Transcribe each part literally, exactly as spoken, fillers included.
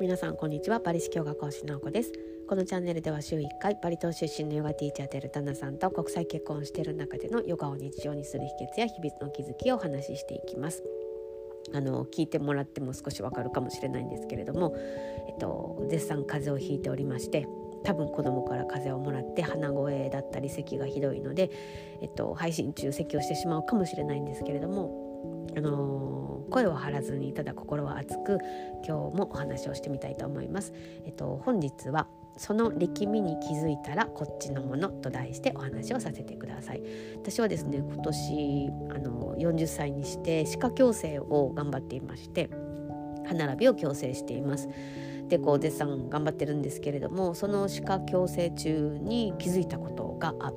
皆さんこんにちは。バリ式ヨガ講師の子です。このチャンネルでは週いっかいバリ島出身のヨガティーチャーであるタナさんと国際結婚している中でのヨガを日常にする秘訣や日々の気づきをお話ししていきます。あの聞いてもらっても少しわかるかもしれないんですけれども、えっと、絶賛風邪をひいておりまして、多分子供から風邪をもらって鼻声だったり咳がひどいので、えっと、配信中咳をしてしまうかもしれないんですけれども、あのー、声を張らずにただ心は熱く今日もお話をしてみたいと思います。えっと、本日はその力みに気づいたらこっちのものと題してお話をさせてください。私はですね、今年あのよんじゅっさいにして歯科矯正を頑張っていまして、歯並びを矯正しています。でこう絶賛頑張ってるんですけれども、その歯科矯正中に気づいたことがあって、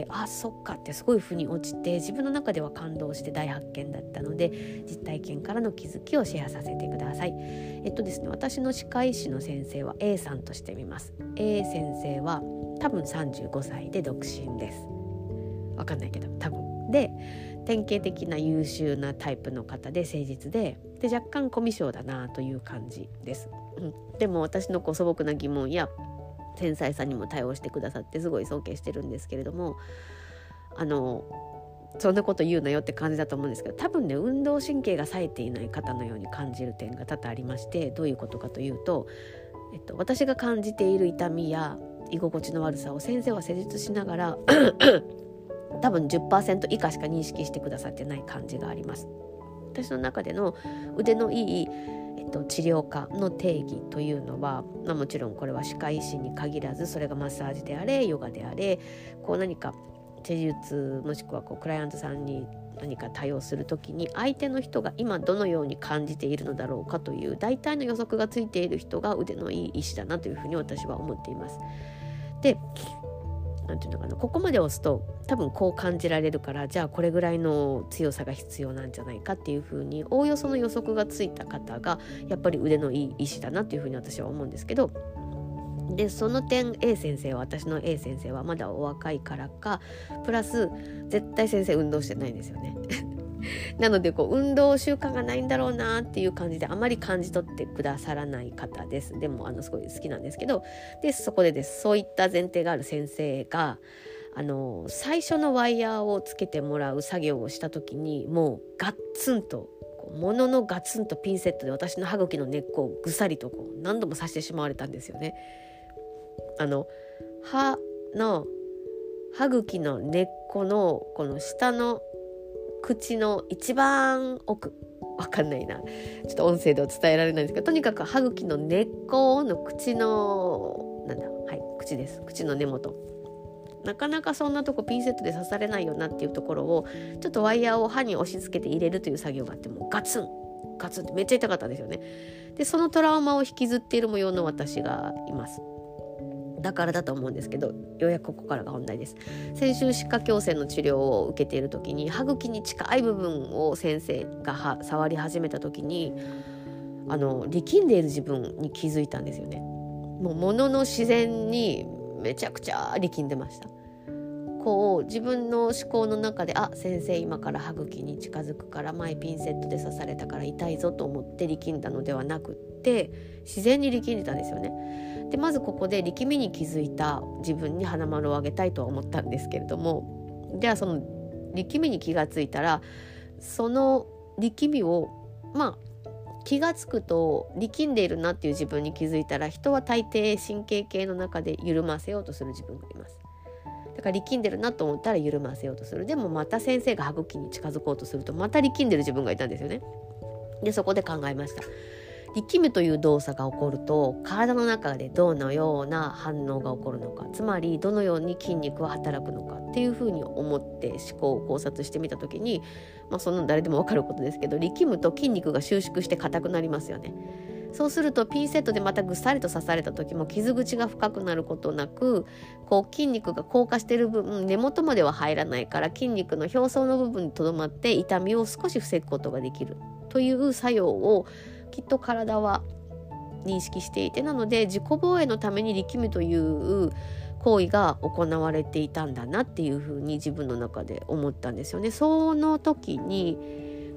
あそっかってすごい腑に落ちて、自分の中では感動して大発見だったので、実体験からの気づきをシェアさせてください。えっとですね、私の歯科医師の先生は A さんとしてみます。 A 先生は多分さんじゅうごさいで独身です。わかんないけど多分で、典型的な優秀なタイプの方で誠実で、で若干コミュ障だなという感じです、うん、でも私のこう素朴な疑問や繊細さにも対応してくださってすごい尊敬してるんですけれども、あのそんなこと言うなよって感じだと思うんですけど、多分ね、運動神経が冴えていない方のように感じる点が多々ありまして、どういうことかというと、えっと、私が感じている痛みや居心地の悪さを先生は施術しながら多分 じゅっパーセント 以下しか認識してくださってない感じがあります。私の中での腕のいい、えっと、治療家の定義というのは、まあ、もちろんこれは歯科医師に限らず、それがマッサージであれヨガであれ、こう何か施術もしくはこうクライアントさんに何か対応するときに、相手の人が今どのように感じているのだろうかという大体の予測がついている人が腕のいい医師だなというふうに私は思っています。でなんていうのかな、ここまで押すと多分こう感じられるから、じゃあこれぐらいの強さが必要なんじゃないかっていうふうにおおよその予測がついた方がやっぱり腕のいい医師だなっていうふうに私は思うんですけど、でその点 A 先生は、私の A 先生はまだお若いからか、プラス絶対先生運動してないんですよねなのでこう運動習慣がないんだろうなっていう感じであまり感じ取ってくださらない方です。でもあのすごい好きなんですけど、でそこでですそういった前提がある先生があの最初のワイヤーをつけてもらう作業をした時に、もうガッツンともののガツンとピンセットで私の歯茎の根っこをぐさりとこう何度も刺してしまわれたんですよね。あの歯の歯茎の根っこのこの下の口の一番奥、わかんないな、ちょっと音声では伝えられないんですけど、とにかく歯茎の根っこの口のなんだはい口です口の根元、なかなかそんなとこピンセットで刺されないよなっていうところをちょっとワイヤーを歯に押し付けて入れるという作業があって、もうガツンガツンってめっちゃ痛かったんですよね。でそのトラウマを引きずっている模様の私がいます。だからだと思うんですけど、ようやくここからが本題です。先週歯科矯正の治療を受けている時に、歯茎に近い部分を先生が触り始めた時に、あの力んでいる自分に気づいたんですよね。もう物の自然にめちゃくちゃ力んでました。こう自分の思考の中で、あ、先生今から歯茎に近づくから前ピンセットで刺されたから痛いぞと思って力んだのではなくって、自然に力んでたんですよね。でまずここで力みに気づいた自分に花丸をあげたいとは思ったんですけれども、ではその力みに気がついたら、その力みをまあ気がつくと力んでいるなっていう自分に気づいたら、人は大抵神経系の中で緩ませようとする自分がいます。だから力んでるなと思ったら緩ませようとする。でもまた先生が歯茎に近づこうとするとまた力んでる自分がいたんですよね。でそこで考えました。力むという動作が起こると体の中でどのような反応が起こるのか、つまりどのように筋肉は働くのかっていうふうに思って思考を考察してみたときに、まあそんなの誰でも分かることですけど、力むと筋肉が収縮して硬くなりますよね。そうするとピンセットでまたぐっさりと刺された時も傷口が深くなることなく、こう筋肉が硬化している分、根元までは入らないから筋肉の表層の部分にとどまって痛みを少し防ぐことができるという作用をきっと体は認識していて、なので自己防衛のために力むという行為が行われていたんだなっていうふうに自分の中で思ったんですよね。その時に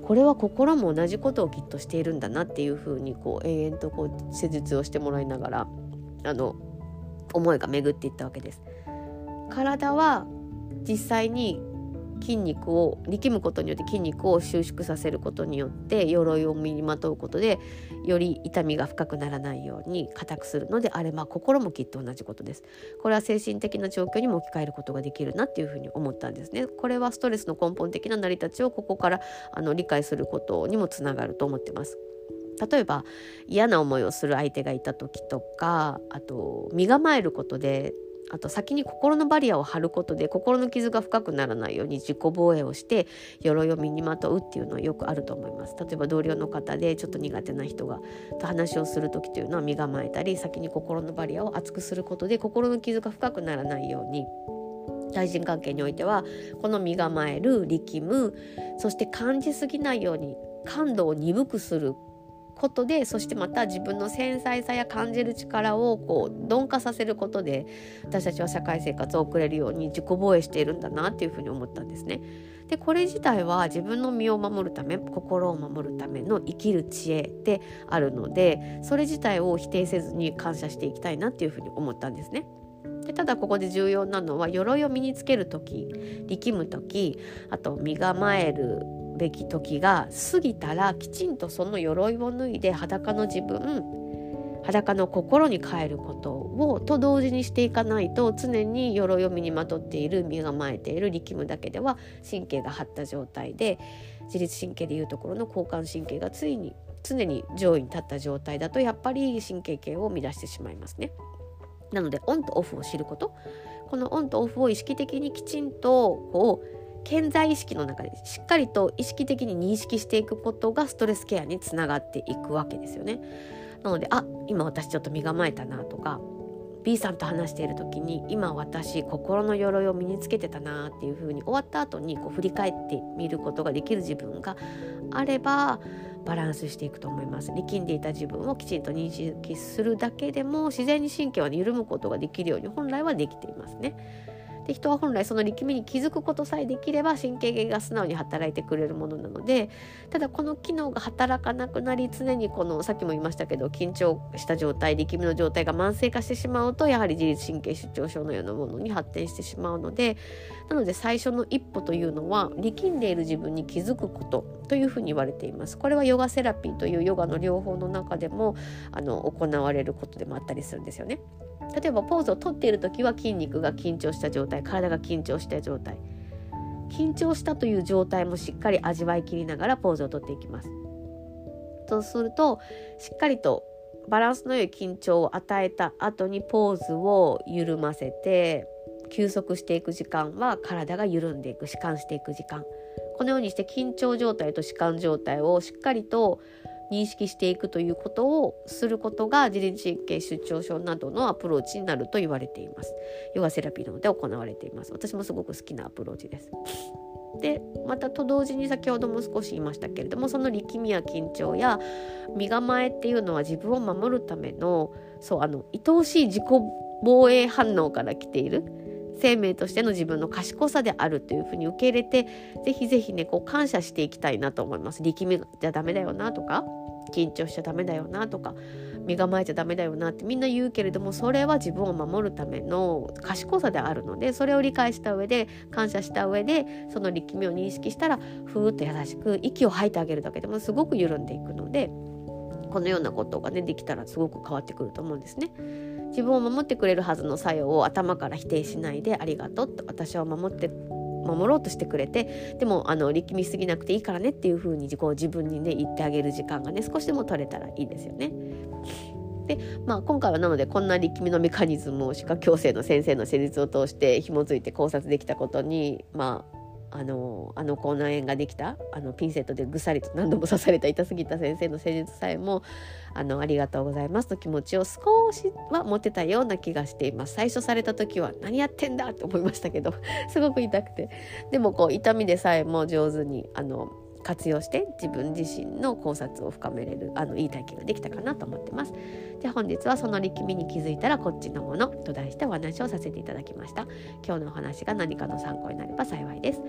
これは心も同じことをきっとしているんだなっていうふうにこう延々とこう施術をしてもらいながらあの思いが巡っていったわけです。体は実際に筋肉を力むことによって筋肉を収縮させることによって鎧を身にまとうことでより痛みが深くならないように硬くするのであれば、心もきっと同じことです。これは精神的な状況にも置き換えることができるなっていうふうに思ったんですね。これはストレスの根本的な成り立ちをここからあの理解することにもつながると思ってます。例えば嫌な思いをする相手がいた時とか、あと身構えることで、あと先に心のバリアを張ることで心の傷が深くならないように自己防衛をして鎧を身にまとうっていうのはよくあると思います。例えば同僚の方でちょっと苦手な人がと話をする時というのは身構えたり、先に心のバリアを厚くすることで心の傷が深くならないように、対人関係においてはこの身構える、力む、そして感じすぎないように感度を鈍くすることで、そしてまた自分の繊細さや感じる力をこう鈍化させることで私たちは社会生活を送れるように自己防衛しているんだなっていうふうに思ったんですね。でこれ自体は自分の身を守るため、心を守るための生きる知恵であるので、それ自体を否定せずに感謝していきたいなっていうふうに思ったんですね。でただここで重要なのは、鎧を身につけるとき、力むとき、あと身構えるべき時が過ぎたら、きちんとその鎧を脱いで裸の自分、裸の心に変えることをと同時にしていかないと、常に鎧を身にまとっている、身構えている、力むだけでは神経が張った状態で、自律神経でいうところの交感神経がついに常に上位に立った状態だと、やっぱり神経系を乱してしまいますね。なのでオンとオフを知ること、このオンとオフを意識的にきちんとこう潜在意識の中でしっかりと意識的に認識していくことがストレスケアにつながっていくわけですよね。なので、あ、今私ちょっと身構えたなとか、 B さんと話している時に今私心の鎧を身につけてたなっていう風に終わった後にこう振り返ってみることができる自分があればバランスしていくと思います。力んでいた自分をきちんと認識するだけでも自然に神経は緩むことができるように本来はできていますね。で人は本来その力みに気づくことさえできれば神経系が素直に働いてくれるものなので、ただこの機能が働かなくなり、常にこのさっきも言いましたけど緊張した状態、力みの状態が慢性化してしまうと、やはり自律神経失調症のようなものに発展してしまうので、なので最初の一歩というのは力んでいる自分に気づくことというふうに言われています。これはヨガセラピーというヨガの療法の中でもあの行われることでもあったりするんですよね。例えばポーズをとっている時は筋肉が緊張した状態、体が緊張した状態、緊張したという状態もしっかり味わい切りながらポーズをとっていきます。そうするとしっかりとバランスの良い緊張を与えた後にポーズを緩ませて休息していく時間は体が緩んでいく、弛緩していく時間、このようにして緊張状態と弛緩状態をしっかりと認識していくということをすることが自律神経失調症などのアプローチになると言われています。ヨガセラピーなどで行われています。私もすごく好きなアプローチです。でまたと同時に先ほども少し言いましたけれども、その力みや緊張や身構えっていうのは自分を守るためのそうあの愛おしい自己防衛反応から来ている生命としての自分の賢さであるというふうに受け入れて、ぜひぜひねこう感謝していきたいなと思います。力みじゃダメだよなとか、緊張しちゃダメだよなとか、身構えちゃダメだよなってみんな言うけれども、それは自分を守るための賢さであるので、それを理解した上で感謝した上でその力みを認識したらふーっと優しく息を吐いてあげるだけでもすごく緩んでいくので、このようなことがねできたらすごく変わってくると思うんですね。自分を守ってくれるはずの作用を頭から否定しないで、ありがとうと、私を守って守ろうとしてくれて、でもあの力みすぎなくていいからねっていう風にこう自分にね言ってあげる時間がね少しでも取れたらいいですよね。で、まあ、今回はなのでこんな力みのメカニズムを歯科矯正の先生の施術を通して紐づいて考察できたことに、まああのあの口内炎ができたあのピンセットでぐさりと何度も刺された痛すぎた先生の施術さえもあのありがとうございますと気持ちを少しは持てたような気がしています。最初された時は何やってんだって思いましたけどすごく痛くて、でもこう痛みでさえも上手にあの活用して自分自身の考察を深めれるあのいい体験ができたかなと思ってます。で本日はその力みに気づいたらこっちのものと題してお話をさせていただきました。今日のお話が何かの参考になれば幸いです。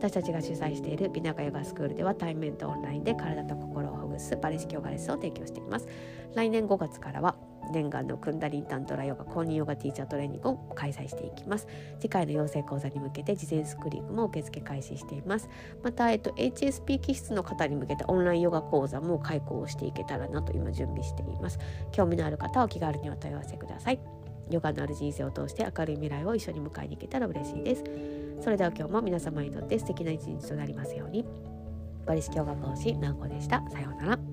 私たちが主催している美ナカヨガスクールでは対面とオンラインで体と心をほぐすバリ式ヨガレッスンを提供しています。来年ごがつからは念願のクンダリンタントラヨガ公認ヨガティーチャートレーニングを開催していきます。次回の養成講座に向けて事前スクリーニングも受付開始しています。また、えっと、エイチエスピー 気質の方に向けたオンラインヨガ講座も開講していけたらなと今準備しています。興味のある方はお気軽にお問い合わせください。ヨガのある人生を通して明るい未来を一緒に迎えに行けたら嬉しいです。それでは今日も皆様にとって素敵な一日となりますように。バリ式ヨガ講師ナオコでした。さようなら。